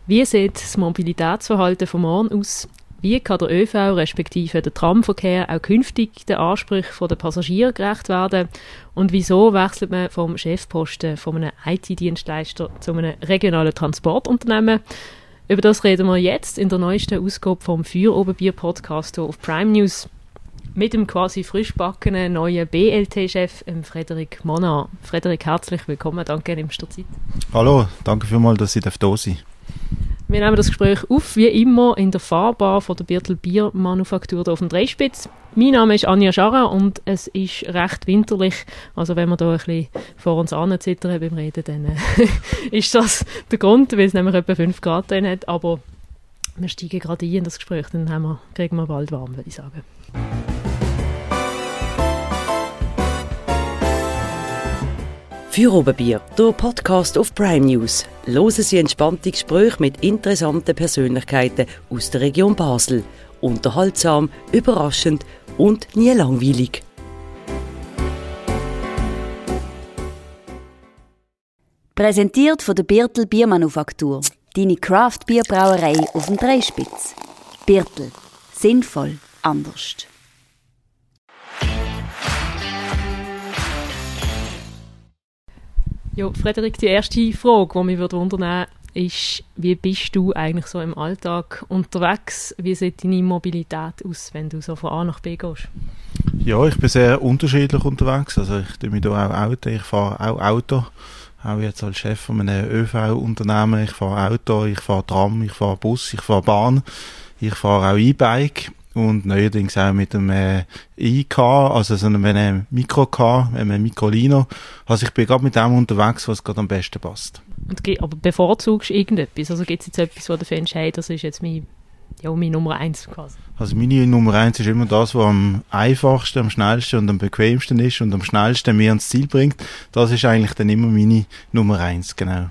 Wie sieht das Mobilitätsverhalten von morgen aus? Wie kann der ÖV respektive der Tramverkehr auch künftig den Ansprüchen der Passagiere gerecht werden? Und wieso wechselt man vom Chefposten von einem IT-Dienstleister zu einem regionalen Transportunternehmen? Über das reden wir jetzt in der neuesten Ausgabe vom Feuerobenbier-Podcast auf Prime News mit dem quasi frischbackenen neuen BLT-Chef Frederik Monard. Frederik, herzlich willkommen, danke, nimmst du Zeit. Hallo, danke vielmals, dass ich da sein darf. Wir nehmen das Gespräch auf, wie immer, in der Fahrbar von der Birtel Biermanufaktur hier auf dem Dreispitz. Mein Name ist Anja Scharrer und es ist recht winterlich. Also wenn wir hier ein bisschen vor uns anzittern beim Reden, dann ist das der Grund, weil es nämlich etwa 5 Grad drin hat. Aber wir steigen gerade ein in das Gespräch, dann kriegen wir bald warm, würde ich sagen. Feuerobenbier, der Podcast auf Prime News. Hören Sie entspannte Gespräche mit interessanten Persönlichkeiten aus der Region Basel. Unterhaltsam, überraschend und nie langweilig. Präsentiert von der Birtel Biermanufaktur. Deine Craft-Bierbrauerei auf dem Dreispitz. Birtel. Sinnvoll anders. Ja, Frederik, die erste Frage, die mich wundern würde, ist, wie bist du eigentlich so im Alltag unterwegs? Wie sieht deine Mobilität aus, wenn du so von A nach B gehst? Ja, ich bin sehr unterschiedlich unterwegs. Also ich tue mich da auch Auto, ich fahre auch Auto, auch jetzt als Chef von einem ÖV-Unternehmen. Ich fahre Auto, ich fahre Tram, ich fahre Bus, ich fahre Bahn, ich fahre auch E-Bike. Und neuerdings auch mit dem E-Car, also so einem Mikro-Car, einem Mikrolino. Also ich bin gerade mit dem unterwegs, was gerade am besten passt. Aber bevorzugst du irgendetwas? Also gibt es jetzt etwas, wo du findest, hey, das ist jetzt meine Nummer 1 quasi? Also meine Nummer 1 ist immer das, was am einfachsten, am schnellsten und am bequemsten ist und am schnellsten mir ans Ziel bringt. Das ist eigentlich dann immer meine Nummer 1, genau.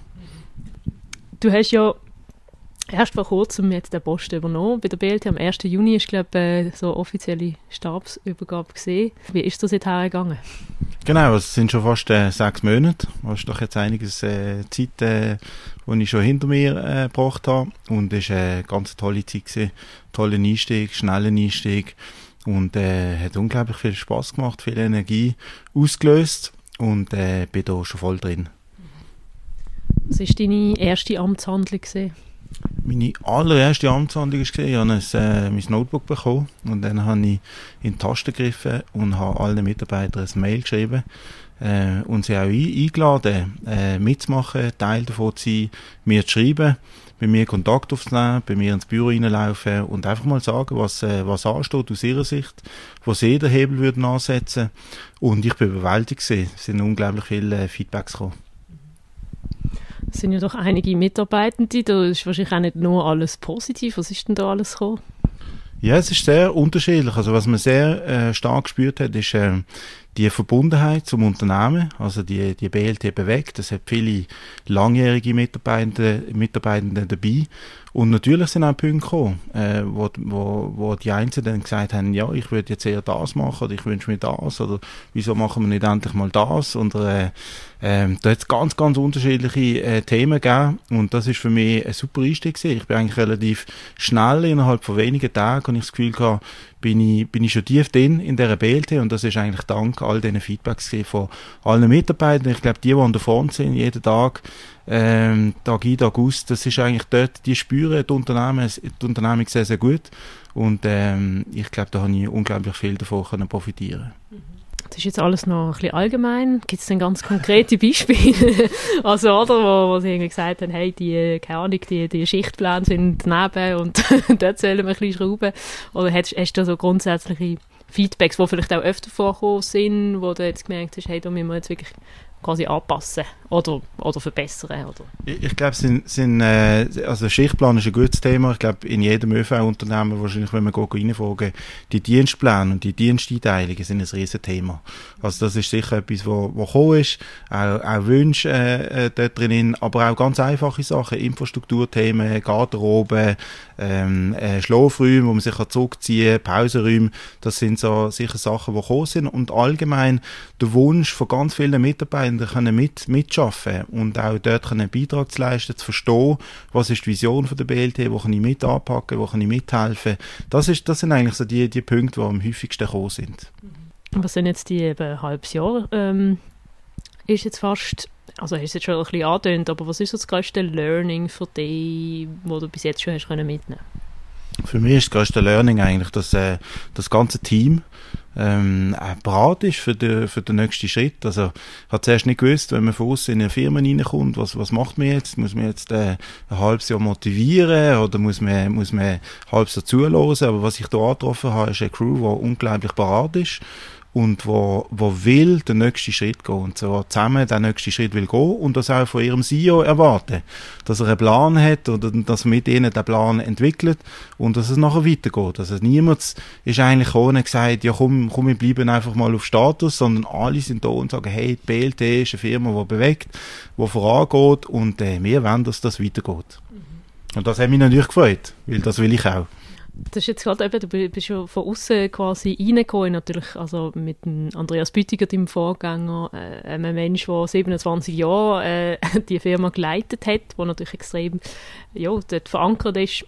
Du hast ja erst vor kurzem jetzt den Posten übernommen. Bei der BLT am 1. Juni ist, glaube ich, so offizielle Stabsübergabe gesehen. Wie ist das jetzt hergegangen? Genau, es sind schon fast 6 Monate. Das ist doch jetzt einiges Zeit, die ich schon hinter mir gebracht habe. Und es war eine ganz tolle Zeit gewesen. Toller Einstieg, schneller Einstieg. Und hat unglaublich viel Spass gemacht, viel Energie ausgelöst. Und bin da schon voll drin. Was war deine erste Amtshandlung gewesen? Meine allererste Amtshandlung war, ich habe mein Notebook bekommen und dann habe ich in die Taste gegriffen und habe allen Mitarbeitern ein Mail geschrieben und sie auch eingeladen, mitzumachen, Teil davon zu sein, mir zu schreiben, bei mir Kontakt aufzunehmen, bei mir ins Büro reinlaufen und einfach mal sagen, was ansteht aus ihrer Sicht, wo sie den Hebel würden ansetzen. Und ich bin überwältigt gewesen. Es sind unglaublich viele Feedbacks gekommen. Es sind ja doch einige Mitarbeitende, da ist wahrscheinlich auch nicht nur alles positiv. Was ist denn da alles gekommen? Ja, es ist sehr unterschiedlich. Also was man sehr stark gespürt hat, ist die Verbundenheit zum Unternehmen, also die BLT bewegt. Es hat viele langjährige Mitarbeitende dabei. Und natürlich sind auch Punkte gekommen, wo die Einzelnen dann gesagt haben, ja, ich würde jetzt eher das machen oder ich wünsche mir das oder wieso machen wir nicht endlich mal das? Oder da hat es ganz, ganz unterschiedliche Themen gegeben und das ist für mich ein super Einstieg gewesen. Ich bin eigentlich relativ schnell, innerhalb von wenigen Tagen, und ich das Gefühl gehabt, bin ich schon tief drin in dieser BLT und das ist eigentlich dank all diesen Feedbacks von allen Mitarbeitern. Ich glaube, die an der Front sind, jeden Tag, Tag ein, Tag aus, das ist eigentlich dort, die spüren die Unternehmung sehr, sehr gut und ich glaube, da habe ich unglaublich viel davon profitieren. Das ist jetzt alles noch ein bisschen allgemein. Gibt es denn ganz konkrete Beispiele? Also, oder, wo sie irgendwie gesagt haben, hey, die Schichtpläne sind daneben und dort sollen wir ein bisschen schrauben. Oder hast du so grundsätzliche Feedbacks, die vielleicht auch öfter vorgekommen sind, wo du jetzt gemerkt hast, hey, da müssen wir jetzt wirklich quasi anpassen oder verbessern? Oder? Ich glaube, also Schichtplan ist ein gutes Thema. Ich glaube, in jedem ÖV-Unternehmen, wahrscheinlich, wenn wir reinfragen, die Dienstpläne und die Diensteinteilungen sind ein riesen Thema. Also das ist sicher etwas, wo gekommen ist, auch Wünsche dort drin, aber auch ganz einfache Sachen, Infrastrukturthemen, Garderobe, Schlafräume, wo man sich zurückziehen kann, Pausenräume, das sind so sicher Sachen, die gekommen sind und allgemein der Wunsch von ganz vielen Mitarbeitern können mitschaffen und auch dort einen Beitrag zu leisten, zu verstehen, was ist die Vision von der BLT, wo kann ich mit anpacken, wo kann ich mithelfen. Das sind eigentlich so die Punkte, die am häufigsten gekommen sind. Was sind jetzt die eben halbes Jahr? Ist jetzt fast, also hast du jetzt schon ein bisschen angetönt, aber was ist so das grösste Learning für dich, das du bis jetzt schon hast mitnehmen können? Für mich ist das grösste Learning eigentlich, dass das ganze Team bereit ist für den nächsten Schritt. Also ich habe zuerst nicht gewusst, wenn man von außen in eine Firma reinkommt, was macht man jetzt? Muss man jetzt ein halbes Jahr motivieren oder muss man ein halbes Jahr zuhören? Aber was ich da angetroffen habe, ist eine Crew, die unglaublich bereit ist und wo will den nächsten Schritt gehen und so zusammen den nächsten Schritt will gehen und das auch von ihrem CEO erwarten, dass er einen Plan hat oder dass er mit ihnen den Plan entwickelt und dass es nachher weitergeht. Also niemand ist eigentlich ohne gesagt, ja komm, wir bleiben einfach mal auf Status, sondern alle sind da und sagen, hey, die BLT ist eine Firma, die bewegt, die vorangeht und wir wollen, dass das weitergeht. Und das hat mich natürlich gefreut, weil das will ich auch. Das ist jetzt gerade eben, du bist schon von außen quasi reingekommen, natürlich, also mit dem Andreas Büttiger, deinem Vorgänger, einem Mensch, der 27 Jahre die Firma geleitet hat, der natürlich extrem dort verankert ist.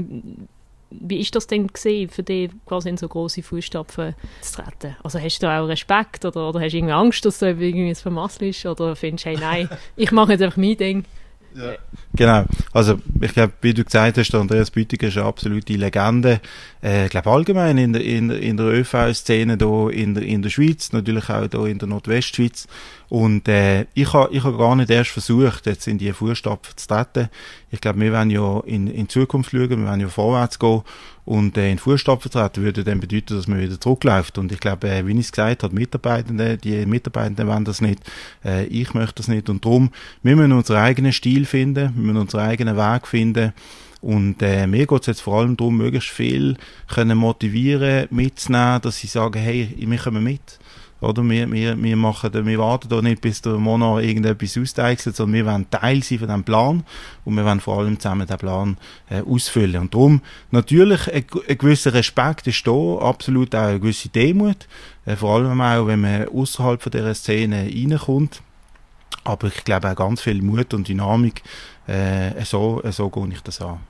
Wie ist das denn gesehen, für dich quasi in so grosse Fußstapfen zu treten? Also hast du da auch Respekt oder hast du irgendwie Angst, dass du irgendwie jetzt vermasselst oder findest du, hey, nein, ich mache jetzt einfach mein Ding? Ja. Genau, also ich glaube, wie du gesagt hast, der Andreas Büttiger ist eine absolute Legende. Ich glaube allgemein in der ÖV-Szene hier in der Schweiz, natürlich auch hier in der Nordwestschweiz. Und ich habe gar nicht erst versucht, jetzt in die Fußstapfen zu treten. Ich glaube, wir wollen ja in Zukunft schauen, wir wollen ja vorwärts gehen. Und in Fußstapfen treten würde dann bedeuten, dass man wieder zurückläuft. Und ich glaube, wie ich es gesagt habe, die Mitarbeitenden wollen das nicht. Ich möchte das nicht. Und darum, wir müssen unseren eigenen Stil finden, wir müssen unseren eigenen Weg finden. Und mir geht es jetzt vor allem darum, möglichst viel können motivieren, mitzunehmen, dass sie sagen, hey, wir kommen mit. Oder wir warten da nicht, bis der Monat irgendetwas ausdeichselt, sondern wir wollen Teil sein von diesem Plan und wir wollen vor allem zusammen den Plan ausfüllen. Und darum natürlich ein gewisser Respekt ist da, absolut auch eine gewisse Demut, vor allem auch, wenn man außerhalb von dieser Szene reinkommt. Aber ich glaube auch ganz viel Mut und Dynamik, so gehe ich das an.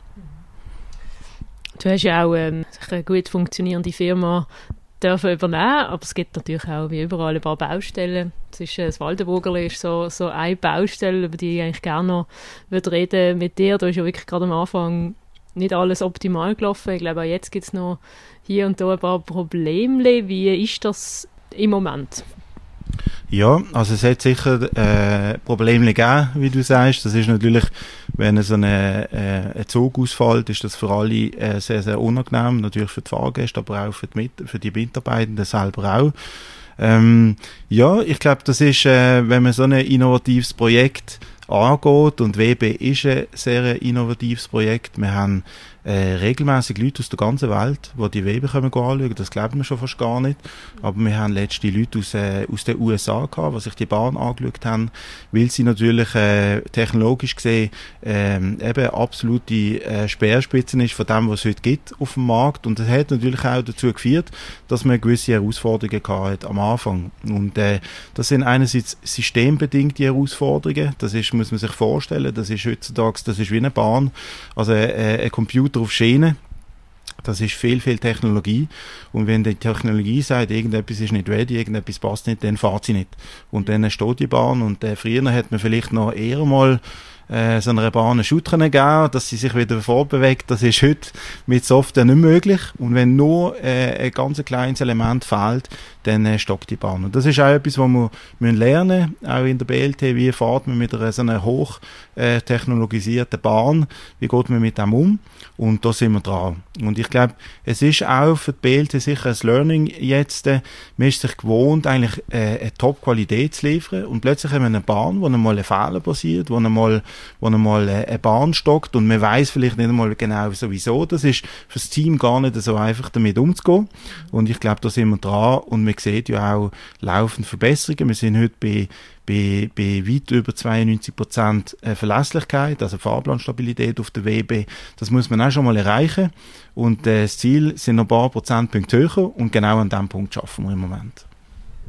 Du hast ja auch eine gut funktionierende Firma dürfen übernehmen, aber es gibt natürlich auch wie überall ein paar Baustellen. Das Waldenburgerli ist so eine Baustelle, über die ich eigentlich gerne noch reden mit dir. Da ist ja wirklich gerade am Anfang nicht alles optimal gelaufen. Ich glaube, auch jetzt gibt es noch hier und da ein paar Probleme. Wie ist das im Moment? Ja, also es hat sicher Probleme gegeben, wie du sagst. Das ist natürlich, wenn so ein Zug ausfällt, ist das für alle sehr, sehr unangenehm. Natürlich für die Fahrgäste, aber auch für die Mitarbeitenden selber auch. Ja, ich glaube, das ist, wenn man so ein innovatives Projekt angeht, und WB ist ein sehr innovatives Projekt. Wir haben regelmäßig Leute aus der ganzen Welt, die die WB anschauen, das glaubt man schon fast gar nicht. Aber wir haben letzte Leute aus den USA gehabt, die sich die Bahn angeschaut haben, weil sie natürlich technologisch gesehen eben absolute Speerspitzen ist von dem, was es heute gibt auf dem Markt. Und das hat natürlich auch dazu geführt, dass man gewisse Herausforderungen gehabt hat am Anfang. Und das sind einerseits systembedingte Herausforderungen, das ist, muss man sich vorstellen, das ist heutzutage, das ist wie eine Bahn, also ein Computer auf Schienen. Das ist viel, viel Technologie. Und wenn die Technologie sagt, irgendetwas ist nicht ready, irgendetwas passt nicht, dann fährt sie nicht. Und dann steht die Bahn. Und früher hat man vielleicht noch eher mal so einer Bahn einen Schut geben, dass sie sich wieder vorbewegt. Das ist heute mit Software nicht möglich. Und wenn nur ein ganz kleines Element fehlt, dann stockt die Bahn. Und das ist auch etwas, was wir lernen müssen, auch in der BLT. Wie fährt man mit so einer hoch technologisierten Bahn? Wie geht man mit dem um? Und da sind wir dran. Und ich glaube, es ist auch für die BLT sicher ein Learning jetzt. Man ist sich gewohnt, eigentlich eine Top-Qualität zu liefern. Und plötzlich haben wir eine Bahn, wo einmal ein Fehler passiert, wo einmal eine Bahn stockt und man weiß vielleicht nicht einmal genau sowieso. Das ist für das Team gar nicht so einfach, damit umzugehen. Und ich glaube, da sind wir dran und man sieht ja auch laufend Verbesserungen. Wir sind heute bei weit über 92% Verlässlichkeit, also Fahrplanstabilität auf der WB. Das muss man auch schon mal erreichen. Und das Ziel sind noch ein paar Prozentpunkte höher und genau an diesem Punkt schaffen wir im Moment.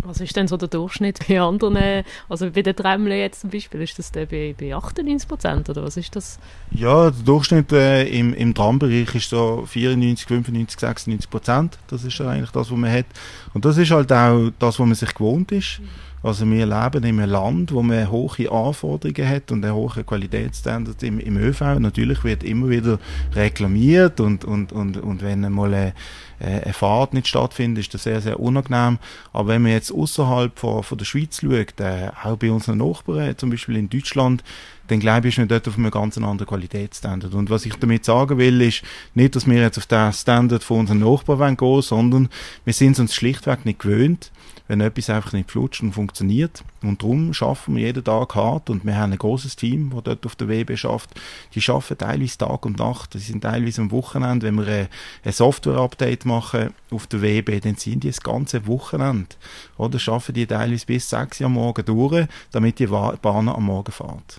Was ist denn so der Durchschnitt bei anderen, also bei den Tramle jetzt zum Beispiel, ist das der bei 98% oder was ist das? Ja, der Durchschnitt im Trambereich ist so 94, 95, 96%. Das ist eigentlich das, was man hat. Und das ist halt auch das, was man sich gewohnt ist. Also wir leben in einem Land, wo man hohe Anforderungen hat und einen hohen Qualitätsstandard im ÖV. Natürlich wird immer wieder reklamiert und wenn einmal eine Fahrt nicht stattfindet, ist das sehr, sehr unangenehm. Aber wenn man jetzt außerhalb von der Schweiz schaut, auch bei unseren Nachbarn, zum Beispiel in Deutschland, dann glaube ich, ist man dort auf einem ganz anderen Qualitätsstandard. Und was ich damit sagen will, ist nicht, dass wir jetzt auf den Standard von unseren Nachbarn gehen wollen, sondern wir sind es uns schlichtweg nicht gewöhnt, wenn etwas einfach nicht flutscht und funktioniert. Und darum arbeiten wir jeden Tag hart und wir haben ein grosses Team, das dort auf der WB schafft. Die arbeiten teilweise Tag und Nacht. Sie sind teilweise am Wochenende, wenn wir ein Software-Update machen auf der WB, dann sind die das ganze Wochenende. Oder arbeiten die teilweise bis 6 Uhr am Morgen durch, damit die Bahn am Morgen fährt.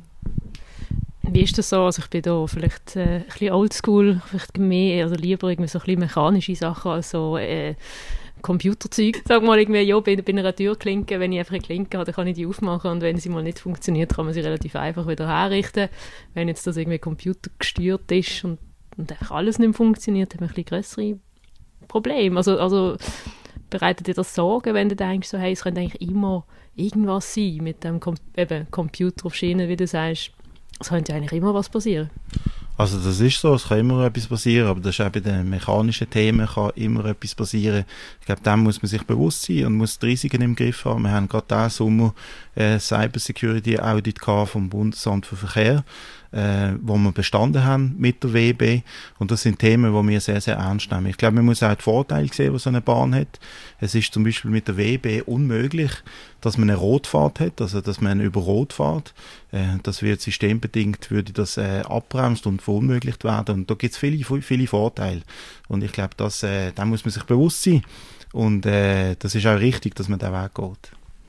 Wie ist das so? Also ich bin da vielleicht ein bisschen oldschool, vielleicht mehr, also lieber irgendwie so ein bisschen mechanische Sachen als so Computerzeug. Sag mal irgendwie, ja, bei einer Türklinke, wenn ich einfach eine Klinke habe, dann kann ich die aufmachen und wenn sie mal nicht funktioniert, kann man sie relativ einfach wieder herrichten. Wenn jetzt das irgendwie computergesteuert ist und einfach alles nicht funktioniert, hat man ein bisschen grössere Probleme. Also bereitet dir das Sorgen, wenn du denkst, so, hey, es könnte eigentlich immer irgendwas sein mit dem Computer auf Schienen, wie du sagst, es könnte eigentlich immer was passieren. Also das ist so, es kann immer etwas passieren, aber das ist auch bei den mechanischen Themen kann immer etwas passieren. Ich glaube, dem muss man sich bewusst sein und muss die Risiken im Griff haben. Wir haben gerade diesen Sommer Cybersecurity Audit vom Bundesamt für Verkehr, wo wir bestanden haben mit der WB. Und das sind Themen, die wir sehr, sehr ernst nehmen. Ich glaube, man muss auch die Vorteile sehen, die so eine Bahn hat. Es ist zum Beispiel mit der WB unmöglich, dass man eine Rotfahrt hat, also dass man über Rot fährt. Das wird systembedingt, würde das abbremst und verunmöglicht werden. Und da gibt es viele Vorteile. Und ich glaube, da muss man sich bewusst sein. Und das ist auch richtig, dass man diesen Weg geht.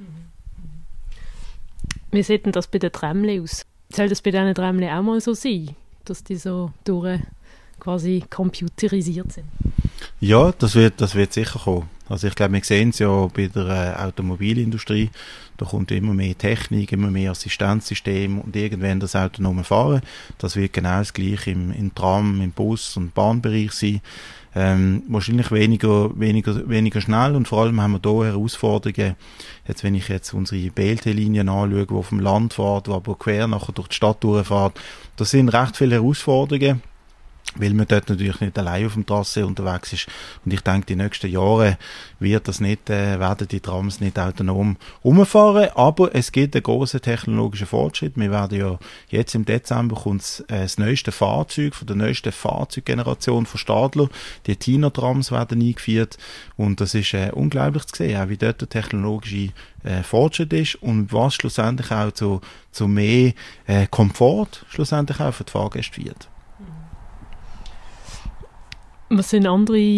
Wie sieht denn das bei den Tramle aus? Soll das bei diesen Tramle auch mal so sein, dass die so quasi computerisiert sind? Ja, das wird sicher kommen. Also ich glaube, wir sehen es ja bei der Automobilindustrie, da kommt immer mehr Technik, immer mehr Assistenzsystem und irgendwann das autonome Fahren. Das wird genau das Gleiche im Tram, im Bus- und Bahnbereich sein. Wahrscheinlich weniger schnell und vor allem haben wir hier Herausforderungen. Jetzt, wenn ich jetzt unsere BLT-Linien anschaue, die auf dem Land fährt, die aber quer nachher durch die Stadt durchfährt, das sind recht viele Herausforderungen, weil man dort natürlich nicht allein auf dem Trasse unterwegs ist. Und ich denke, die nächsten Jahre werden die Trams nicht autonom rumfahren, aber es gibt einen grossen technologischen Fortschritt. Wir werden ja jetzt im Dezember kommt das neueste Fahrzeug von der neuesten Fahrzeuggeneration von Stadler. Die Tina-Trams werden eingeführt und das ist unglaublich zu sehen, auch wie dort der technologische Fortschritt ist und was schlussendlich auch zu mehr Komfort schlussendlich auch für die Fahrgäste führt. Was sind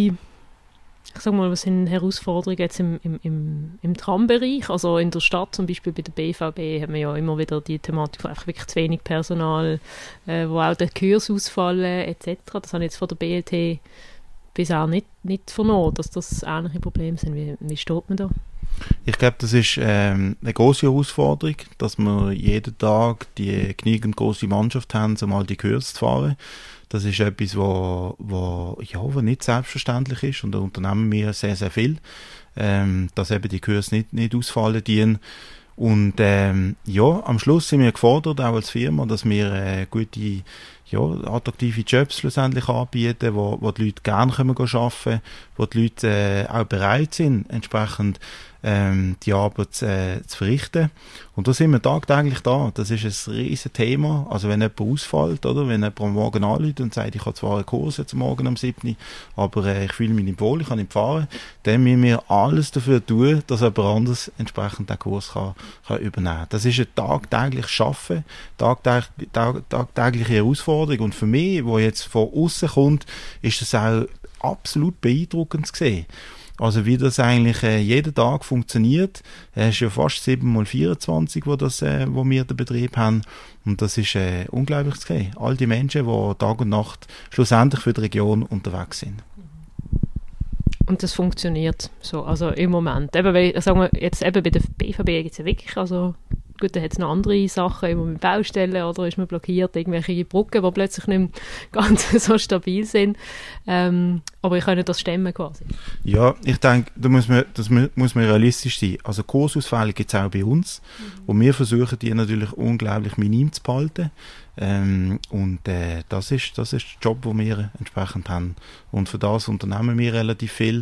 was sind Herausforderungen jetzt im Trambereich? Also in der Stadt, zum Beispiel bei der BVB, haben wir ja immer wieder die Thematik von einfach wirklich zu wenig Personal, wo auch die Kurs ausfallen etc. Das habe ich jetzt von der BLT bisher nicht vernommen, dass das ähnliche Probleme sind. Wie steht man da? Ich glaube, das ist eine grosse Herausforderung, dass wir jeden Tag die genügend grosse Mannschaft haben, um all die Kurs zu fahren. Das ist etwas, was nicht selbstverständlich ist und da unternehmen wir sehr, sehr viel, dass eben die Kurs nicht ausfallen dienen. Und am Schluss sind wir gefordert, auch als Firma, dass wir gute, attraktive Jobs schlussendlich anbieten, wo die Leute gerne arbeiten können, wo die Leute auch bereit sind, entsprechend die Arbeit zu verrichten. Und da sind wir tagtäglich da. Das ist ein riesen Thema. Also wenn jemand ausfällt, oder wenn jemand am Morgen anruft und sagt, ich habe zwar einen Kurs jetzt morgen um 7 Uhr, aber ich fühle mich nicht wohl, ich kann nicht fahren, dann müssen wir alles dafür tun, dass jemand anderes entsprechend den Kurs kann übernehmen. Das ist ein tagtägliches Arbeiten, tagtägliche Herausforderung. Und für mich, wo jetzt von außen kommt, ist es auch absolut beeindruckend zu sehen. Also wie das eigentlich jeden Tag funktioniert. Es ist ja fast 7x24, wo wir den Betrieb haben. Und das ist unglaublich zu sehen. All die Menschen, die Tag und Nacht schlussendlich für die Region unterwegs sind. Und das funktioniert so, also im Moment. Eben, weil, sagen wir, jetzt eben bei der BVB gibt es ja wirklich, also gut, da hat es noch andere Sachen, immer mit Baustellen oder ist man blockiert, irgendwelche Brücken, die plötzlich nicht mehr ganz so stabil sind. Aber ich kann das stemmen quasi. Ja, ich denke, da muss man realistisch sein. Also Kursausfälle gibt es auch bei uns. Und wir versuchen, die natürlich unglaublich minim zu behalten. Das ist der Job, den wir entsprechend haben. Und für das unternehmen wir relativ viel.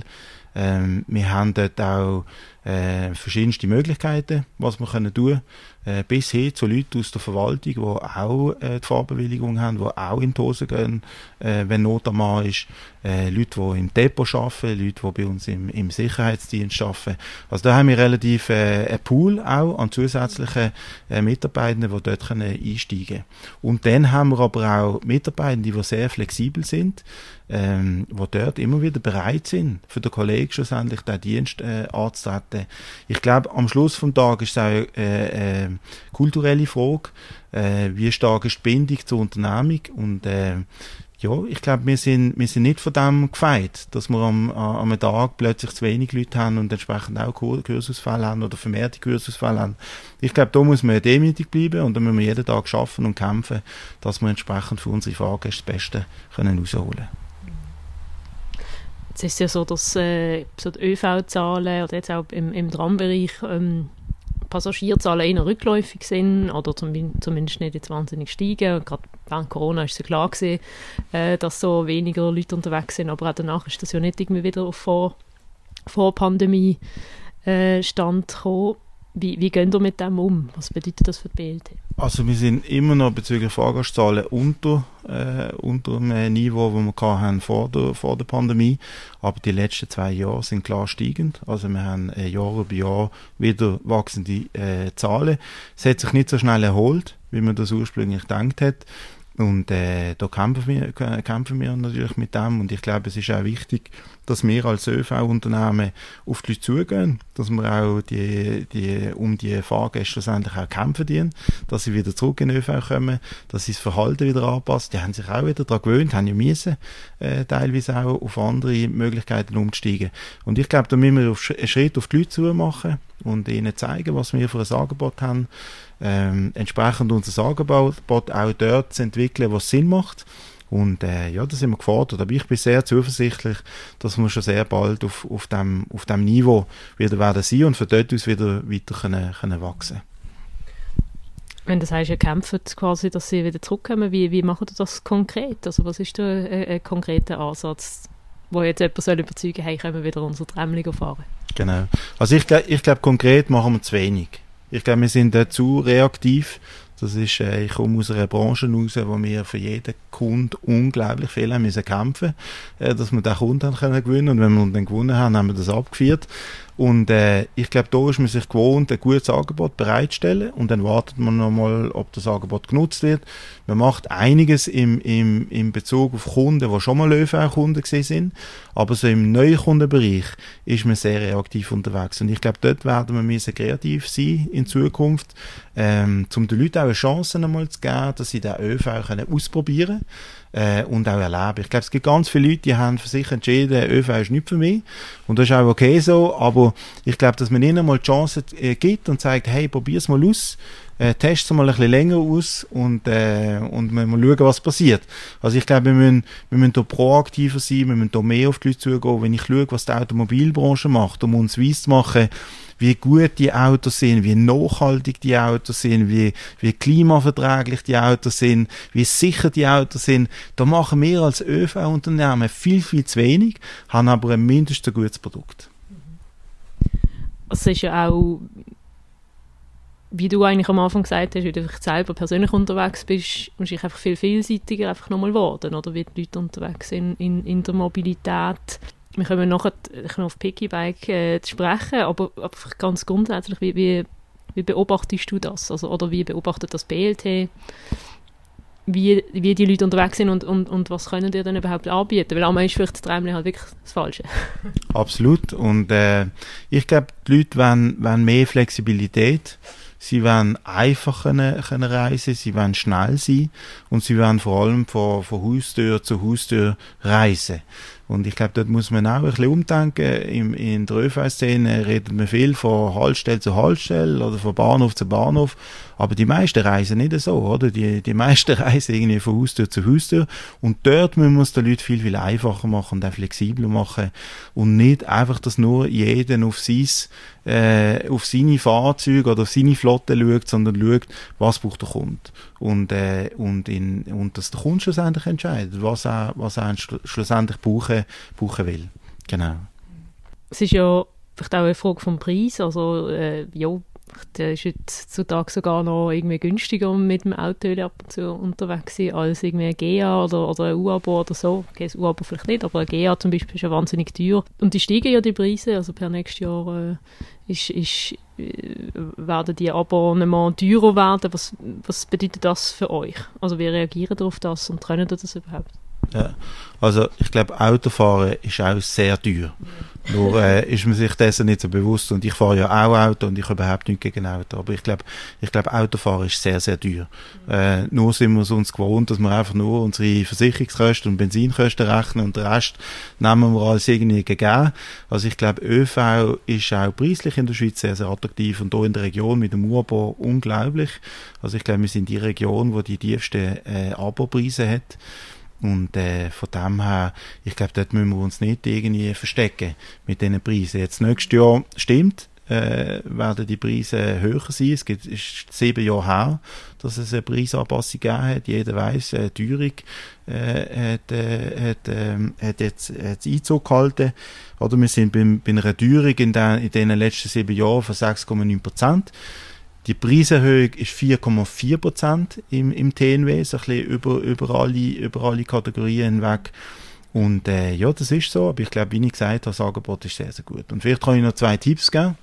Wir haben dort auch verschiedenste Möglichkeiten, was wir tun können. Bis hin zu Leuten aus der Verwaltung, die auch die Fahrbewilligung haben, die auch in die Hose gehen, wenn Not am Mann ist. Leute, die im Depot arbeiten, Leute, die bei uns im Sicherheitsdienst arbeiten. Also da haben wir relativ einen Pool auch an zusätzlichen Mitarbeitenden, die dort einsteigen können. Und dann haben wir aber auch Mitarbeitende, die sehr flexibel sind, die dort immer wieder bereit sind, für den Kollegen schlussendlich den Dienst anzutreten. Ich glaube, am Schluss des Tages ist es auch kulturelle Frage, wie stark ist die Bindung zur Unternehmung und ja, ich glaube, wir sind nicht von dem gefeit, dass wir am Tag plötzlich zu wenig Leute haben und entsprechend auch Kursausfälle haben oder vermehrte Kursausfälle haben. Ich glaube, da muss man demütig bleiben und da müssen wir jeden Tag arbeiten und kämpfen, dass wir entsprechend für unsere Fahrgäste das Beste rausholen können. Jetzt ist es ja so, dass so die ÖV-Zahlen oder jetzt auch im Trambereich Passagierzahlen eher rückläufig sind oder zumindest nicht jetzt wahnsinnig steigen. Und gerade während Corona ist es ja klar gewesen, dass so weniger Leute unterwegs sind, aber auch danach ist das ja nicht irgendwie wieder auf vor Pandemie Stand gekommen. Wie gehen wir mit dem um? Was bedeutet das für die BLT? Also wir sind immer noch bezüglich Fahrgastzahlen unter dem Niveau, das wir hatten vor der Pandemie. Aber die letzten 2 Jahre sind klar steigend. Also wir haben Jahr über Jahr wieder wachsende Zahlen. Es hat sich nicht so schnell erholt, wie man das ursprünglich gedacht hat. Und da kämpfen wir natürlich mit dem. Und ich glaube, es ist auch wichtig, dass wir als ÖV-Unternehmen auf die Leute zugehen, dass wir auch um die Fahrgäste schlussendlich auch kämpfen, dass sie wieder zurück in den ÖV kommen, dass sie das Verhalten wieder anpassen. Die haben sich auch wieder daran gewöhnt, haben ja müssen, teilweise auch auf andere Möglichkeiten umzusteigen. Und ich glaube, da müssen wir einen Schritt auf die Leute zu machen und ihnen zeigen, was wir für ein Angebot haben, entsprechend unser Angebot auch dort zu entwickeln, was Sinn macht. Und ja, da sind wir gefordert. Aber ich bin sehr zuversichtlich, dass wir schon sehr bald auf dem Niveau wieder werden sein und von dort aus wieder weiter können wachsen. Wenn du sagst, ihr kämpft quasi, dass sie wieder zurückkommen, wie machen ihr das konkret? Also was ist da ein konkreter Ansatz, wo jetzt jemand soll überzeugen, hey, können wir wieder unsere Trämchen fahren? Genau. Also ich glaube, konkret machen wir zu wenig. Ich glaube, wir sind zu reaktiv. Das ist, ich komme aus einer Branche raus, wo wir für jeden Kunden unglaublich viel haben müssen kämpfen, dass wir den Kunden gewinnen können. Und wenn wir den gewonnen haben, haben wir das abgeführt. Und ich glaube, da ist man sich gewohnt, ein gutes Angebot bereitzustellen und dann wartet man nochmal, ob das Angebot genutzt wird. Man macht einiges im Bezug auf Kunden, die schon mal ÖV-Kunden gewesen sind, aber so im Neukundenbereich ist man sehr reaktiv unterwegs. Und ich glaube, dort werden wir müssen kreativ sein in Zukunft, um den Leuten auch eine Chance einmal zu geben, dass sie den ÖV ausprobieren können. Und auch erleben. Ich glaube, es gibt ganz viele Leute, die haben für sich entschieden, ÖV ist nicht für mich. Und das ist auch okay so, aber ich glaube, dass man ihnen mal die Chance gibt und sagt, hey, probier's mal aus, test es mal ein bisschen länger aus und wir mal schauen, was passiert. Also ich glaube, wir müssen da proaktiver sein, wir müssen da mehr auf die Leute zugehen. Wenn ich schaue, was die Automobilbranche macht, um uns weiss zu machen, wie gut die Autos sind, wie nachhaltig die Autos sind, wie klimaverträglich die Autos sind, wie sicher die Autos sind. Da machen wir als ÖV-Unternehmen viel, viel zu wenig, haben aber ein mindestens gutes Produkt. Es ist ja auch, wie du eigentlich am Anfang gesagt hast, wie du selber persönlich unterwegs bist, musst du einfach viel vielseitiger einfach nochmal werden, oder wie die Leute unterwegs sind in der Mobilität. Wir kommen nachher auf Piggybike zu sprechen, aber ganz grundsätzlich, wie beobachtest du das? Also, oder wie beobachtet das BLT? Wie die Leute unterwegs sind und was können die dann überhaupt anbieten? Weil einmal ist vielleicht das Träumchen halt wirklich das Falsche. Absolut. Und ich glaube, die Leute wollen mehr Flexibilität. Sie wollen einfach können reisen, sie wollen schnell sein und sie wollen vor allem von Haustür zu Haustür reisen. Und ich glaube, dort muss man auch ein bisschen umdenken. In der ÖV-Szene redet man viel von Haltestelle zu Haltestelle oder von Bahnhof zu Bahnhof. Aber die meisten reisen nicht so, oder? Die meisten reisen irgendwie von Haustür zu Haustür. Und dort müssen wir es den Leuten viel, viel einfacher machen und auch flexibler machen. Und nicht einfach, dass nur jeder auf seine Fahrzeuge oder auf seine Flotte schaut, sondern schaut, was braucht der Kunde. Und dass der Kunde schlussendlich entscheidet, was er schlussendlich brauchen will. Genau. Es ist ja vielleicht auch eine Frage vom Preis. Also, der ist heutzutage sogar noch irgendwie günstiger mit dem Auto ab und zu unterwegs sein als irgendwie ein GA oder ein U-Abo oder so. Okay, das U-Abo vielleicht nicht, aber ein GA zum Beispiel ist ja wahnsinnig teuer. Und die steigen ja die Preise, also per nächstes Jahr werden die Abonnements teurer werden. Was bedeutet das für euch? Also wie reagiert ihr auf das und können ihr das überhaupt? Ja, also ich glaube, Autofahren ist auch sehr teuer. Nur ist man sich dessen nicht so bewusst. Und ich fahre ja auch Auto und ich habe überhaupt nichts gegen Auto. Aber ich glaube, Autofahren ist sehr, sehr teuer. Nur sind wir es uns gewohnt, dass wir einfach nur unsere Versicherungskosten und Benzinkosten rechnen und den Rest nehmen wir als irgendwie gegeben. Also ich glaube, ÖV ist auch preislich in der Schweiz sehr, sehr attraktiv und hier in der Region mit dem U-Abo unglaublich. Also ich glaube, wir sind die Region, die die tiefsten Abo-Preise hat. Und von dem her, ich glaube, dort müssen wir uns nicht irgendwie verstecken mit diesen Preisen. Jetzt nächstes Jahr stimmt, werden die Preise höher sein. Es ist 7 Jahre her, dass es eine Preisanpassung gegeben hat. Jeder weiss, Teuerung hat jetzt Einzug gehalten. Oder wir sind bei einer Teuerung in den letzten 7 Jahren von 6,9%. Die Preiserhöhung ist 4,4% im TNW, so ein bisschen über alle Kategorien hinweg. Und ja, das ist so, aber ich glaube, wie ich gesagt habe, das Angebot ist sehr, sehr gut. Und vielleicht kann ich noch 2 Tipps geben.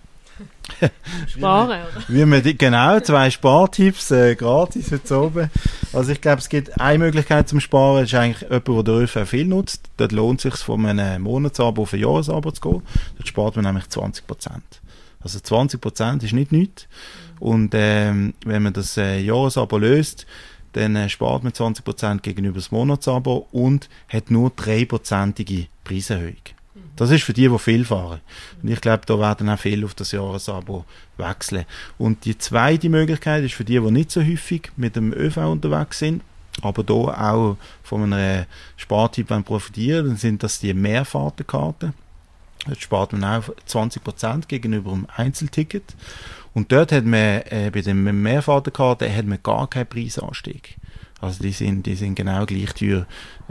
Sparen, oder? Genau, 2 Spartipps, gratis heute oben. Also ich glaube, es gibt eine Möglichkeit zum Sparen, das ist eigentlich jemand, der den ÖV viel nutzt. Dort lohnt es sich, von einem Monatsabo auf ein Jahresabo zu gehen. Dort spart man nämlich 20%. Also 20% ist nicht nichts. Und wenn man das Jahresabo löst, dann spart man 20% gegenüber das Monatsabo und hat nur 3%ige Preiserhöhung. Das ist für die viel fahren. Und ich glaube, da werden auch viele auf das Jahresabo wechseln. Und die zweite Möglichkeit ist für die nicht so häufig mit dem ÖV unterwegs sind, aber da auch von einem Spartipp profitieren, dann sind das die Mehrfahrtenkarten. Dort spart man auch 20% gegenüber dem Einzelticket. Und dort hat man, bei den Mehrfahrtenkarten hat man gar keinen Preisanstieg. Also die sind genau gleich teuer,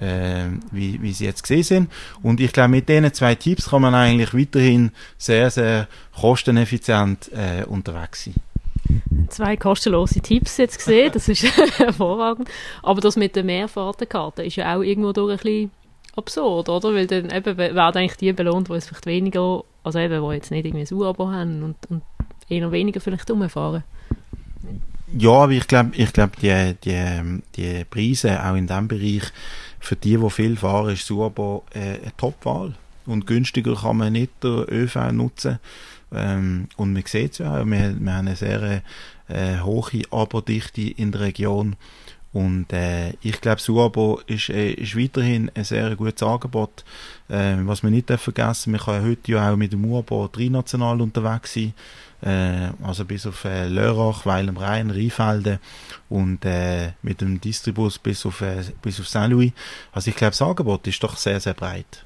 wie sie jetzt gesehen sind. Und ich glaube, mit diesen 2 Tipps kann man eigentlich weiterhin sehr, sehr kosteneffizient unterwegs sein. 2 kostenlose Tipps jetzt gesehen, das ist hervorragend. Aber das mit den Mehrfahrtenkarten ist ja auch irgendwo durch ein bisschen absurd, oder? Weil dann eben werden eigentlich die belohnt, die es vielleicht weniger, also eben, die jetzt nicht irgendwie ein U-Abo haben und eher weniger vielleicht rumfahren. Ja, aber ich glaube, die Preise auch in diesem Bereich, für die viel fahren, ist das U-Abo eine Top-Wahl. Und günstiger kann man nicht den ÖV nutzen. Und man sieht es ja auch, wir haben eine sehr hohe Abo-Dichte in der Region. Und ich glaube, das U-Abo ist weiterhin ein sehr gutes Angebot. Was wir nicht vergessen, man kann heute ja auch mit dem U-Abo trinational unterwegs sein. Also bis auf Lörrach, Weil am Rhein, Rheinfelden und mit dem Distribus bis auf Saint-Louis. Also ich glaube, das Angebot ist doch sehr, sehr breit.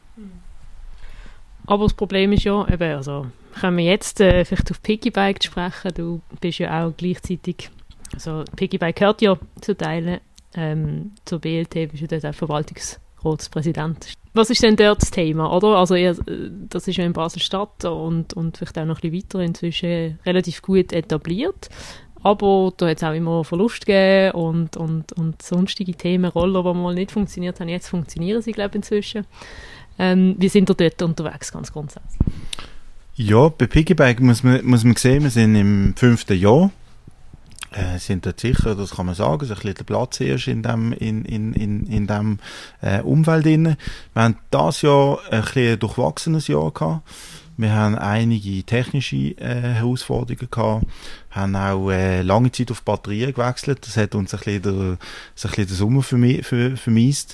Aber das Problem ist ja, eben, also können wir jetzt vielleicht auf Piggyback sprechen, du bist ja auch gleichzeitig, also Piggyback gehört ja zu Teilen zur BLT, bist du dort auch Verwaltungsratspräsident. Was ist denn dort das Thema, oder? Also das ist ja in Basel-Stadt und vielleicht auch noch ein bisschen weiter inzwischen relativ gut etabliert, aber da hat es auch immer Verlust gegeben und sonstige Themen, Roller, die mal nicht funktioniert haben, jetzt funktionieren sie, glaube ich, inzwischen. Wie sind ihr dort unterwegs, ganz grundsätzlich? Ja, bei Piggyback muss man sehen, wir sind im 5. Jahr. Sind dort sicher, das kann man sagen, so ein bisschen der Platz ist in dem Umfeld drin. Wir haben dieses Jahr ein bisschen durchwachsenes Jahr gehabt. Wir haben einige technische Herausforderungen gehabt, haben auch lange Zeit auf Batterien gewechselt. Das hat uns ein bisschen den Sommer vermisst.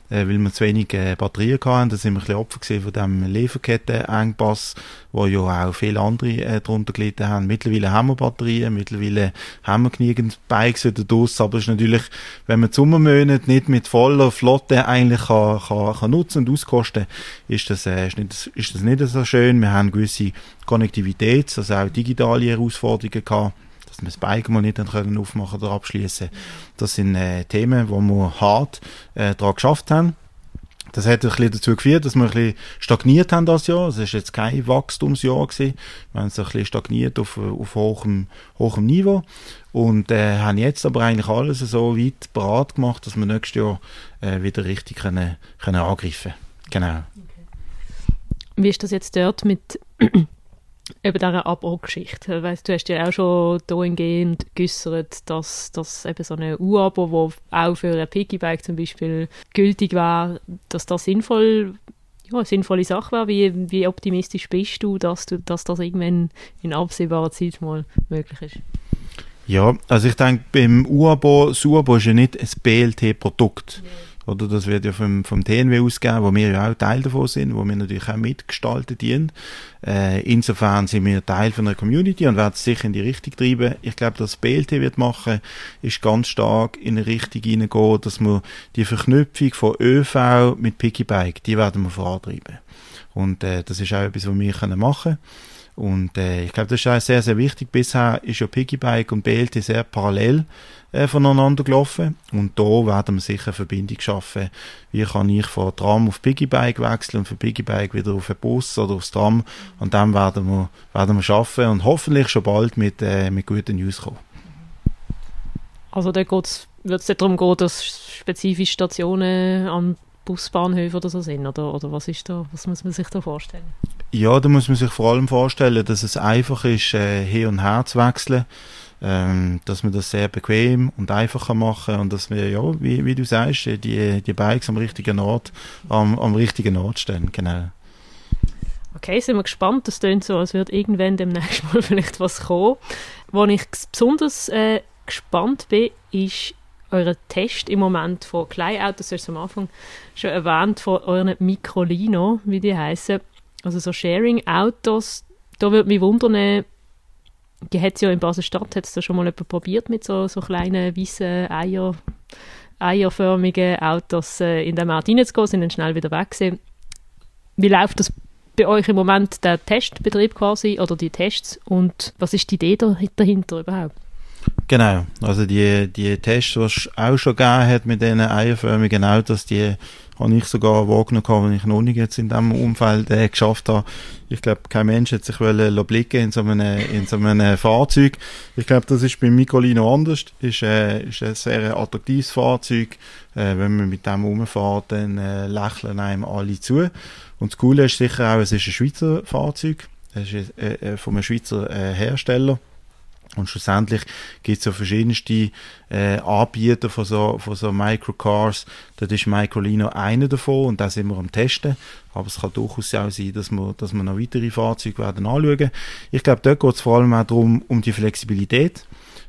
weil wir zu wenig Batterien hatten. Da sind wir ein bisschen Opfer gewesen von diesem Lieferkettenengpass, wo ja auch viele andere darunter gelitten haben. Mittlerweile haben wir Batterien, mittlerweile haben wir genügend Bikes wieder draus, aber es ist natürlich, wenn man die Sommermonate nicht mit voller Flotte eigentlich kann nutzen und auskosten, ist das nicht so schön. Wir haben gewisse Konnektivität, also auch digitale Herausforderungen gehabt, dass wir das Bike mal nicht aufmachen oder abschließen. Das sind Themen, wo wir hart daran geschafft haben. Das hat ein bisschen dazu geführt, dass wir ein bisschen stagniert haben das Jahr. Es ist jetzt kein Wachstumsjahr gewesen. Wir haben es ein bisschen stagniert auf hohem Niveau und haben jetzt aber eigentlich alles so weit bereit gemacht, dass wir nächstes Jahr wieder richtig können angreifen. Genau. Okay. Wie ist das jetzt dort mit eben dieser Abo-Geschichte? Weißt, du hast ja auch schon dahingehend geäussert, dass eben so eine U-Abo, die auch für ein Piggybike zum Beispiel gültig wäre, dass das eine sinnvolle Sache wäre. Wie optimistisch bist du, dass das irgendwann in absehbarer Zeit mal möglich ist? Ja, also ich denke, beim U-Abo, das U-Abo ist ja nicht ein BLT-Produkt. Nee. Oder das wird ja vom TNW ausgegeben, wo wir ja auch Teil davon sind, wo wir natürlich auch mitgestalten dienen. Insofern sind wir Teil von einer Community und werden es sicher in die Richtung treiben. Ich glaube, das BLT wird machen, ist ganz stark in eine Richtung hineingehen, dass wir die Verknüpfung von ÖV mit Piggybike, die werden wir vorantreiben. Und das ist auch etwas, was wir machen können. Und ich glaube, das ist auch sehr, sehr wichtig. Bisher ist ja Piggybike und BLT sehr parallel voneinander gelaufen. Und da werden wir sicher eine Verbindung schaffen. Wie kann ich von Tram auf Piggybike wechseln und von Piggybike wieder auf den Bus oder aufs Tram. Und dann werden wir schaffen und hoffentlich schon bald mit guten News kommen. Also da wird es darum gehen, dass spezifische Stationen an Busbahnhöfen oder so sind? Oder was muss man sich da vorstellen? Ja, da muss man sich vor allem vorstellen, dass es einfach ist, hin und her zu wechseln, dass man das sehr bequem und einfach machen kann und dass wir, ja, wie du sagst, die Bikes am richtigen Ort stellen. Genau. Okay, sind wir gespannt. Das klingt so, als würde irgendwann demnächst mal vielleicht was kommen. Wo ich besonders gespannt bin, ist euren Test im Moment von Kleinautos. Du hast am Anfang schon erwähnt, von euren Microlino, wie die heissen. Also so Sharing-Autos. Da würde mich wundern, die hat es ja in Basel-Stadt, hat es da schon mal jemand probiert mit so kleinen, weißen, eierförmigen Autos in den Markt reinzugehen, sind dann schnell wieder weg gewesen. Wie läuft das bei euch im Moment, der Testbetrieb quasi, oder die Tests, und was ist die Idee dahinter überhaupt? Genau, also die Tests, die es auch schon gegeben hat mit diesen eierförmigen Autos, die habe ich sogar wahrgenommen, wenn ich noch nicht jetzt in diesem Umfeld geschafft habe. Ich glaube, kein Mensch hat sich blicken in so einem Fahrzeug. Ich glaube, das ist beim Microlino anders. Ist ein sehr attraktives Fahrzeug. Wenn man mit dem rumfährt, dann lächeln einem alle zu. Und das Coole ist sicher auch, es ist ein Schweizer Fahrzeug. Es ist von einem Schweizer Hersteller. Und schlussendlich gibt es ja verschiedenste Anbieter von so Microcars. Das ist Microlino einer davon und da sind wir am Testen. Aber es kann durchaus auch sein, dass wir noch weitere Fahrzeuge werden anschauen. Ich glaube, dort geht es vor allem auch darum, um die Flexibilität.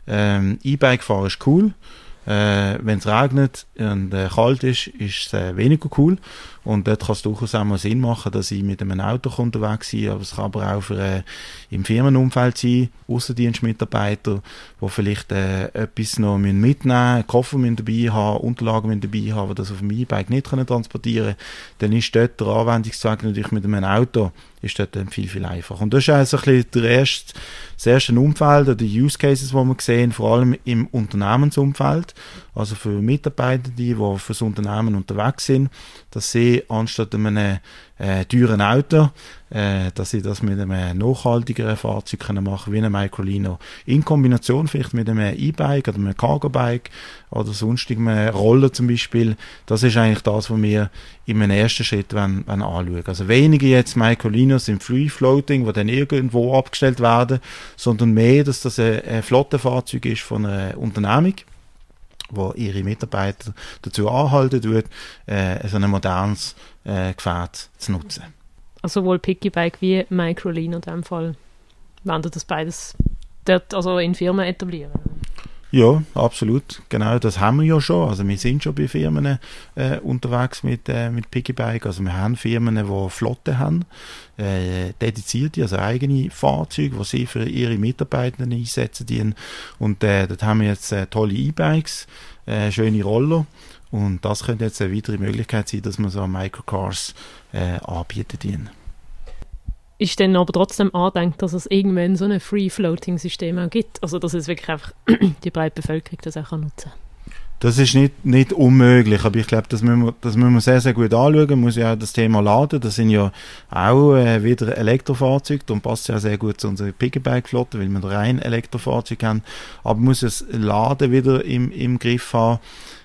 E-Bike fahren ist cool. Wenn es regnet und kalt ist es weniger cool. Und dort kann es durchaus auch mal Sinn machen, dass ich mit einem Auto unterwegs bin. Aber es kann aber auch im Firmenumfeld sein, Aussendienstmitarbeiter, die vielleicht etwas noch mitnehmen müssen, einen Koffer dabei haben, Unterlagen dabei haben, die das auf dem E-Bike nicht transportieren können. Dann ist dort der Anwendungszweck natürlich mit einem Auto ist dort dann viel, viel einfacher. Und das ist also ein bisschen das erste Umfeld oder die Use Cases, die wir sehen, vor allem im Unternehmensumfeld, also für Mitarbeiter, die für das Unternehmen unterwegs sind, dass sie anstatt einem teuren Auto, dass sie das mit einem nachhaltigeren Fahrzeug machen können, wie einem Microlino. In Kombination vielleicht mit einem E-Bike oder einem Cargo-Bike oder sonstigem Roller zum Beispiel. Das ist eigentlich das, was wir in einem ersten Schritt anschauen. Also weniger jetzt Microlinos im Free-Floating, die dann irgendwo abgestellt werden, sondern mehr, dass das ein Flottenfahrzeug ist von einer Unternehmung, wo ihre Mitarbeiter dazu anhalten tut, so ein modernes Gefährt zu nutzen. Also sowohl Piggybike wie Microlino in diesem Fall, wenn ihr das beides dort also in Firmen etablieren? Ja, absolut. Genau, das haben wir ja schon. Also wir sind schon bei Firmen unterwegs mit Piggybaik. Also wir haben Firmen, die Flotten haben, dedizierte, also eigene Fahrzeuge, die sie für ihre Mitarbeitenden einsetzen. Und dort haben wir jetzt tolle E-Bikes, schöne Roller. Und das könnte jetzt eine weitere Möglichkeit sein, dass man so Microcars anbietet. Ist dann aber trotzdem angedenkt, dass es irgendwann so ein Free-Floating-System auch gibt? Also dass es wirklich einfach die breite Bevölkerung das auch nutzen kann? Das ist nicht unmöglich, aber ich glaube, das müssen wir sehr, sehr gut anschauen. Man muss ja auch das Thema Laden, das sind ja auch wieder Elektrofahrzeuge, darum passt es ja sehr gut zu unserer Piggyback-Flotte, weil wir rein Elektrofahrzeuge haben, aber man muss das Laden wieder im Griff haben.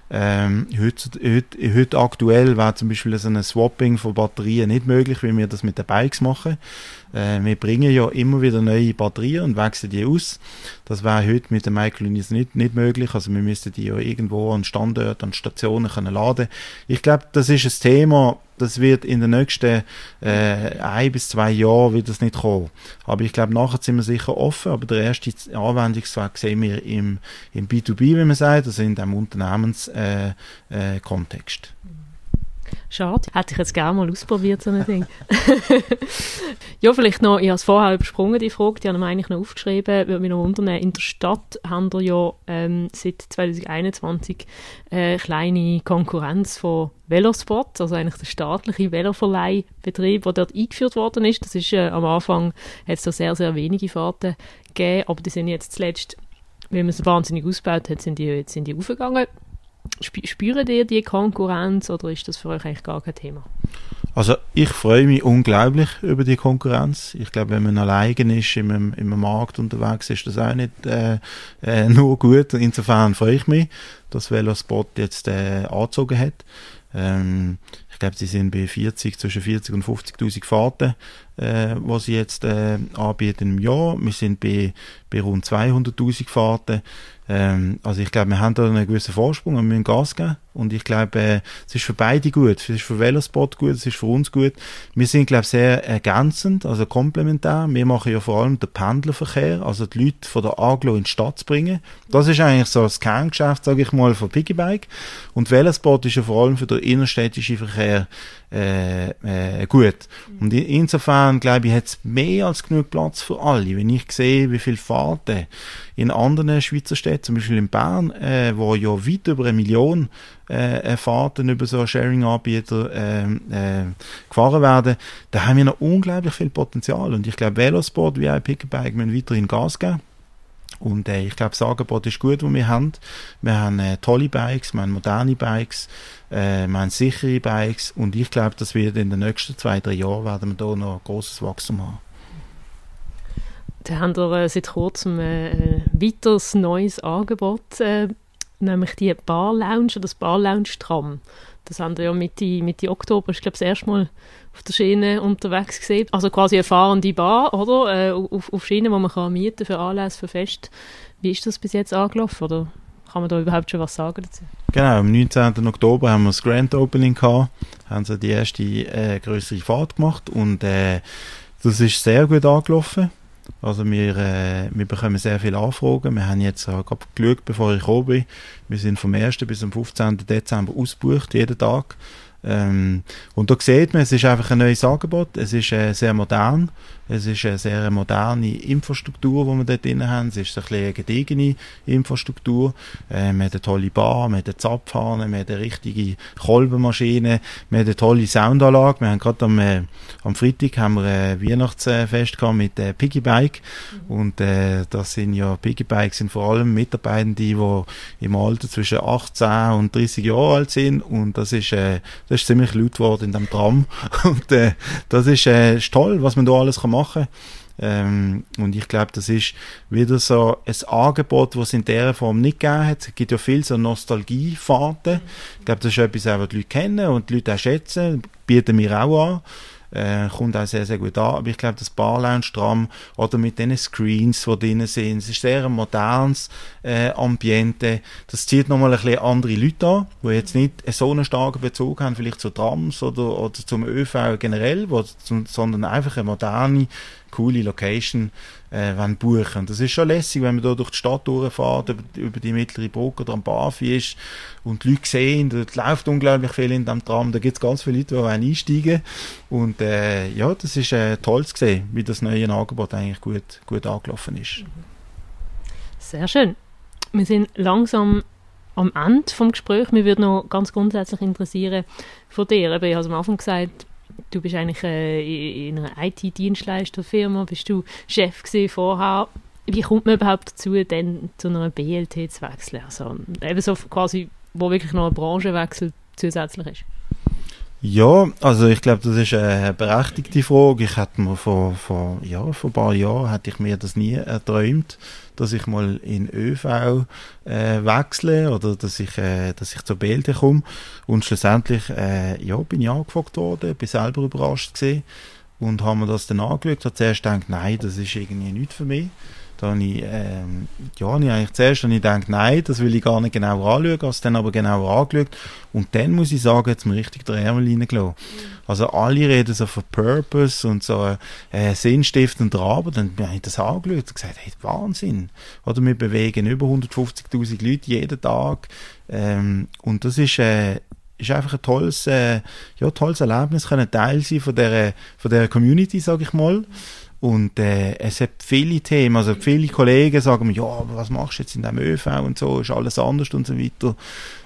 Heute aktuell wäre zum Beispiel so ein Swapping von Batterien nicht möglich, wie wir das mit den Bikes machen. Wir bringen ja immer wieder neue Batterien und wechseln die aus. Das wäre heute mit den Microlinis nicht möglich. Also wir müssten die ja irgendwo an Standorten, an Stationen können laden. Ich glaube, das ist ein Thema, das wird in den nächsten 1 bis 2 Jahren wird das nicht kommen. Aber ich glaube, nachher sind wir sicher offen. Aber der erste Anwendungszweck sehen wir im B2B, wie man sagt, also in dem Unternehmenskontext. Schade. Hätte ich jetzt gerne mal ausprobiert, so ein Ding. Ja, vielleicht noch, ich habe es vorher übersprungen, die Frage, die habe ich eigentlich noch aufgeschrieben, würde mich noch wundern, in der Stadt haben wir ja seit 2021 kleine Konkurrenz von Velosport, also eigentlich der staatliche Veloverleihbetrieb, der dort eingeführt worden ist. Das ist am Anfang, hat es da sehr, sehr wenige Fahrten gegeben, aber die sind jetzt zuletzt, weil man es wahnsinnig ausgebaut hat, sind die aufgegangen. Spüren ihr die Konkurrenz oder ist das für euch eigentlich gar kein Thema? Also ich freue mich unglaublich über die Konkurrenz. Ich glaube, wenn man alleine ist, im Markt unterwegs ist, das auch nicht nur gut. Insofern freue ich mich, dass Velosport jetzt angezogen hat. Ich glaube, sie sind bei zwischen 40 und 50'000 Fahrten, was sie jetzt anbieten im Jahr. Wir sind bei rund 200'000 Fahrten. Also ich glaube, wir haben da einen gewissen Vorsprung und müssen Gas geben. Und ich glaube, es ist für beide gut. Es ist für Velosport gut, es ist für uns gut. Wir sind, glaube ich, sehr ergänzend, also komplementär. Wir machen ja vor allem den Pendlerverkehr, also die Leute von der Aglo in die Stadt zu bringen. Das ist eigentlich so das Kerngeschäft, sage ich mal, von Piggybaik. Und Velosport ist ja vor allem für den innerstädtischen Verkehr gut. Und insofern, glaube ich, hat es mehr als genug Platz für alle. Wenn ich sehe, wie viele Fahrten in anderen Schweizer Städten, zum Beispiel in Bern, wo ja weit über 1 Million Fahrten über so Sharing-Anbieter gefahren werden, da haben wir noch unglaublich viel Potenzial. Und ich glaube, Velosport wie auch Piggybaik müssen weiterhin Gas geben. Und ich glaube, das Angebot ist gut, das wir haben. Wir haben tolle Bikes, wir haben moderne Bikes, wir haben sichere Bikes und ich glaube, dass wir in den nächsten 2-3 Jahren werden wir da noch ein grosses Wachstum haben. Da haben wir seit kurzem ein weiteres neues Angebot, nämlich die Bar-Lounge oder das Bar-Lounge-Tram. Das haben wir ja Mitte Oktober, ich glaube, das erste Mal auf der Schiene unterwegs gesehen. Also quasi eine fahrende Bar, oder? Auf Schiene, die man kann mieten für Anlässe, für Fest. Wie ist das bis jetzt angelaufen, oder kann man da überhaupt schon was sagen dazu? Genau, am 19. Oktober haben wir das Grand Opening gehabt, haben sie die erste grössere Fahrt gemacht und das ist sehr gut angelaufen. Also wir bekommen sehr viele Anfragen. Wir haben jetzt gerade geschaut, bevor ich gekommen bin. Wir sind vom 1. bis zum 15. Dezember ausgebucht, jeden Tag. Und da sieht man, es ist einfach ein neues Angebot. Es ist sehr modern. Es ist eine sehr moderne Infrastruktur, die wir dort drin haben. Es ist ein bisschen eine gediegene Infrastruktur. Wir haben eine tolle Bar, wir haben eine Zapfhahn, wir haben eine richtige Kolbenmaschine, wir haben eine tolle Soundanlage. Wir haben gerade am Freitag haben wir ein Weihnachtsfest gehabt mit Piggybaik. Und das sind ja, Piggybikes sind vor allem Mitarbeitende, die im Alter zwischen 18 und 30 Jahre alt sind. Und das ist ziemlich laut geworden in dem Tram. Und das ist toll, was man da alles machen kann. Und ich glaube, das ist wieder so ein Angebot, das es in dieser Form nicht gegeben hat. Es gibt ja viel so Nostalgiefahrten. Ich glaube, das ist etwas, was die Leute kennen und die Leute auch schätzen. Bieten wir auch an. Kommt auch sehr, sehr gut an. Aber ich glaube, das Bar-Lounge-Tram oder mit den Screens, die drin sind, es ist sehr ein modernes Ambiente. Das zieht nochmal ein bisschen andere Leute an, die jetzt nicht so einen starken Bezug haben, vielleicht zu Trams oder zum ÖV generell, sondern einfach eine moderne, coole Location, buchen. Und das ist schon lässig, wenn man da durch die Stadt durchfährt, über die mittlere Brücke oder am Bahnhof ist und die Leute sehen, dort läuft unglaublich viel in dem Tram, da gibt es ganz viele Leute, die einsteigen. Und ja, das ist toll zu sehen, wie das neue Angebot eigentlich gut angelaufen ist. Sehr schön. Wir sind langsam am Ende des Gesprächs. Mich würde noch ganz grundsätzlich interessieren von dir. Ich habe am Anfang gesagt, du bist eigentlich in einer IT-Dienstleisterfirma, bist du Chef gewesen vorher. Wie kommt man überhaupt dazu, dann zu einer BLT zu wechseln? Also eben so quasi, wo wirklich noch ein Branchenwechsel zusätzlich ist. Ja, also ich glaube, das ist eine berechtigte Frage. Ich hätte mir vor ein paar Jahren hätte ich mir das nie erträumt, dass ich mal in ÖV wechsle oder dass ich zur BLT komme. Und schlussendlich bin ich angefragt worden, bin selber überrascht gewesen und habe mir das dann angeschaut. Habe zuerst gedacht, nein, das ist irgendwie nichts für mich. Da habe ich eigentlich zuerst gedacht, nein, das will ich gar nicht genauer anschauen, habe es dann aber genauer angeschaut und dann muss ich sagen, hat es mir richtig den Ärmel reingelassen. Also alle reden so von Purpose und so sinnstiftender Arbeit, dann habe ich das angeschaut und gesagt, hey, Wahnsinn. Oder wir bewegen über 150'000 Leute jeden Tag und das ist einfach ein tolles Erlebnis, können Teil sein von dieser Community, sage ich mal. Und es hat viele Themen, also viele Kollegen sagen mir, ja, aber was machst du jetzt in diesem ÖV und so, ist alles anders und so weiter.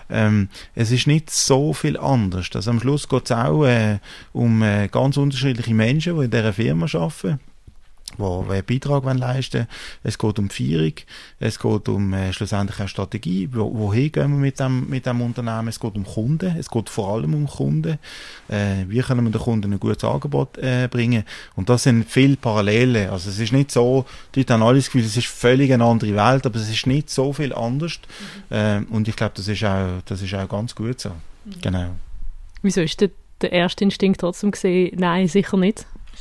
Es ist nicht so viel anders. Also am Schluss geht es auch um ganz unterschiedliche Menschen, die in dieser Firma arbeiten, die einen Beitrag leisten wollen. Es geht um Führung, es geht um schlussendlich eine Strategie, wohin gehen wir mit dem Unternehmen, es geht um Kunden, es geht vor allem um Kunden, wie können wir den Kunden ein gutes Angebot bringen und das sind viele Parallelen, also es ist nicht so, die Leute haben alle das Gefühl, es ist völlig eine andere Welt, aber es ist nicht so viel anders und ich glaube, das ist auch ganz gut so. Genau. Wieso ist der erste Instinkt trotzdem gesehen, nein, sicher nicht?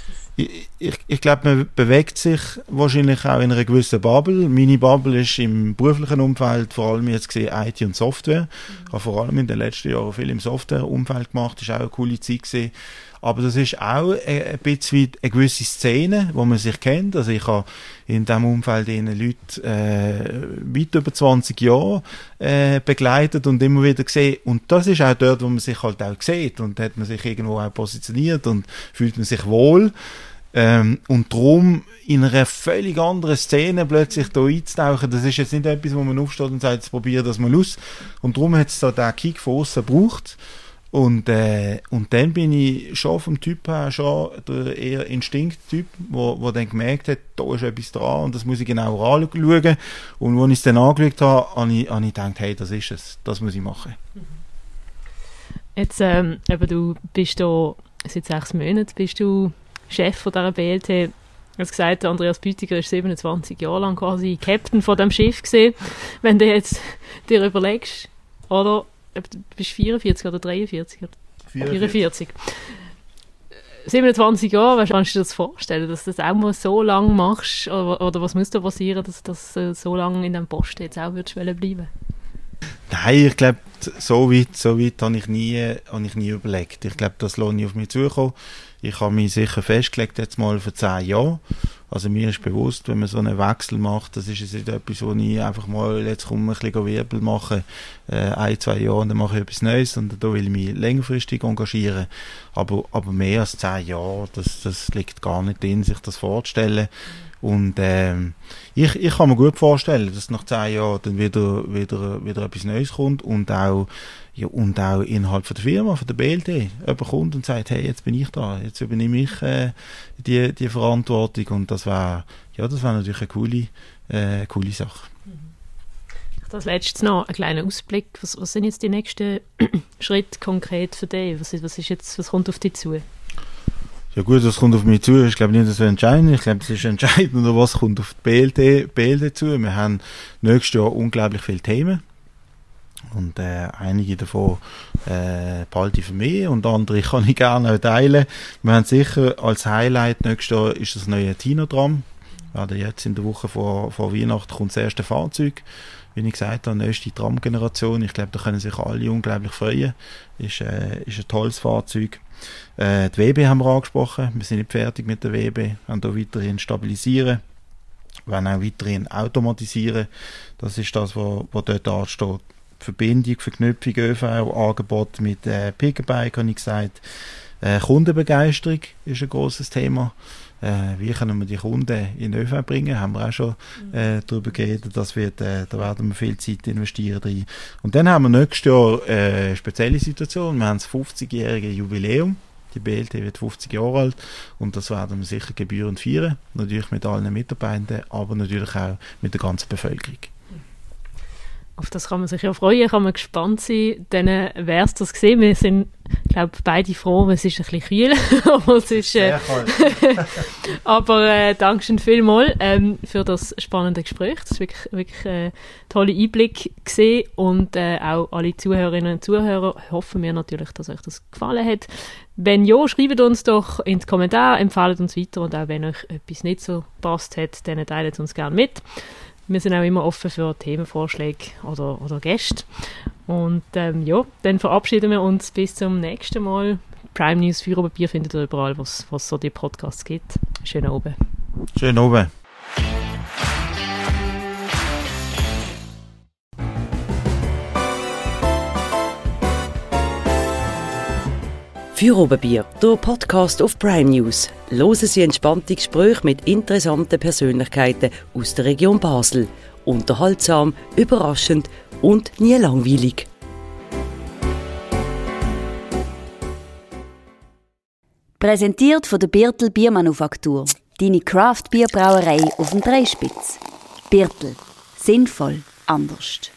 Ich glaube, man bewegt sich wahrscheinlich auch in einer gewissen Bubble. Meine Bubble ist im beruflichen Umfeld vor allem jetzt gesehen IT und Software. Ich habe vor allem in den letzten Jahren viel im Softwareumfeld gemacht. Das war auch eine coole Zeit gewesen. Aber das ist auch ein bisschen eine gewisse Szene, wo man sich kennt. Also ich habe in diesem Umfeld Leute weit über 20 Jahre begleitet und immer wieder gesehen. Und das ist auch dort, wo man sich halt auch sieht. Und da hat man sich irgendwo auch positioniert und fühlt man sich wohl. Und darum in einer völlig anderen Szene plötzlich da einzutauchen, das ist jetzt nicht etwas, wo man aufsteht und sagt, jetzt probiere das mal aus. Und darum hat es da den Kick von aussen gebraucht. Und dann bin ich schon vom Typ her schon der eher Instinkttyp, wo dann gemerkt hat, da ist etwas dran und das muss ich genau anschauen. Und als ich es dann angeschaut habe ich gedacht, hey, das ist es, das muss ich machen. Jetzt, du bist da, seit 6 Monaten bist du Chef von dieser BLT. Du hast gesagt, Andreas Bütiger ist 27 Jahre lang quasi Captain von diesem Schiff gewesen. Wenn du jetzt dir überlegst, oder? Du bist 44 oder 43? 44. 27 Jahre, kannst du dir das vorstellen, dass du das auch mal so lange machst? Oder was muss da passieren, dass du so lange in diesem Posten jetzt auch bleiben willst? Nein, ich glaube, so weit habe ich nie überlegt. Ich glaube, das lasse ich auf mich zukommen. Ich habe mich sicher festgelegt, jetzt mal für 10 Jahre. Also mir ist bewusst, wenn man so einen Wechsel macht, das ist jetzt nicht etwas, wo ich einfach mal jetzt ein bisschen Wirbel mache, 1-2 Jahre und dann mache ich etwas Neues und da will ich mich längerfristig engagieren. Aber mehr als 10 Jahre, das liegt gar nicht drin, sich das vorzustellen. Und ich kann mir gut vorstellen, dass nach 10 Jahren dann wieder etwas Neues kommt und auch innerhalb von der Firma, von der BLT, jemand kommt und sagt, hey, jetzt bin ich da, jetzt übernehme ich die Verantwortung und das wäre natürlich eine coole Sache. Das letzte noch, ein kleiner Ausblick, was sind jetzt die nächsten Schritte konkret für dich? Was kommt auf dich zu? Ja gut, was kommt auf mich zu, ich glaube nicht, das wäre entscheidend. Ich glaube, es ist entscheidend, was kommt auf die BLT zu. Wir haben nächstes Jahr unglaublich viele Themen. Und einige davon behalte ich für mich und andere kann ich gerne auch teilen. Wir haben sicher als Highlight nächstes Jahr ist das neue Tina-Tram. Jetzt in der Woche vor Weihnachten kommt das erste Fahrzeug. Wie ich gesagt habe, neueste Tram-Generation. Ich glaube, da können sich alle unglaublich freuen. Ist ein tolles Fahrzeug. Die WB haben wir angesprochen. Wir sind nicht fertig mit der WB. Wir haben da weiterhin stabilisieren. wollen auch weiterhin automatisieren. Das ist das, was dort ansteht. Verbindung, Verknüpfung, ÖV, Angebot mit Pickup-Bike, habe ich gesagt. Kundenbegeisterung ist ein grosses Thema. Wie können wir die Kunden in den ÖV bringen? Haben wir auch schon darüber geredet. Da werden wir viel Zeit investieren drin. Und dann haben wir nächstes Jahr eine spezielle Situation. Wir haben das 50-jährige Jubiläum. Die BLT wird 50 Jahre alt und das werden wir sicher gebührend feiern. Natürlich mit allen Mitarbeitern, aber natürlich auch mit der ganzen Bevölkerung. Auf das kann man sich ja freuen, kann man gespannt sein. Dann wäre es das gesehen. Wir sind, glaube ich, beide froh, es ist ein bisschen kühl. Aber es ist, sehr kalt. aber Dankeschön vielmals für das spannende Gespräch. Das war wirklich ein toller Einblick gesehen. Und auch alle Zuhörerinnen und Zuhörer hoffen wir natürlich, dass euch das gefallen hat. Wenn ja, schreibt uns doch in die Kommentare, empfehlt uns weiter und auch wenn euch etwas nicht so passt hat, dann teilt uns gerne mit. Wir sind auch immer offen für Themenvorschläge oder Gäste. Und dann verabschieden wir uns bis zum nächsten Mal. Prime News Feierabendbier findet ihr überall, was so die Podcasts gibt. Schönen Abend. Schönen Abend. Feierabendbier, der Podcast auf Prime News. Hören Sie entspannte Gespräche mit interessanten Persönlichkeiten aus der Region Basel. Unterhaltsam, überraschend und nie langweilig. Präsentiert von der Birtel Biermanufaktur. Deine Craft-Bierbrauerei auf dem Dreispitz. Birtel. Sinnvoll. Anders.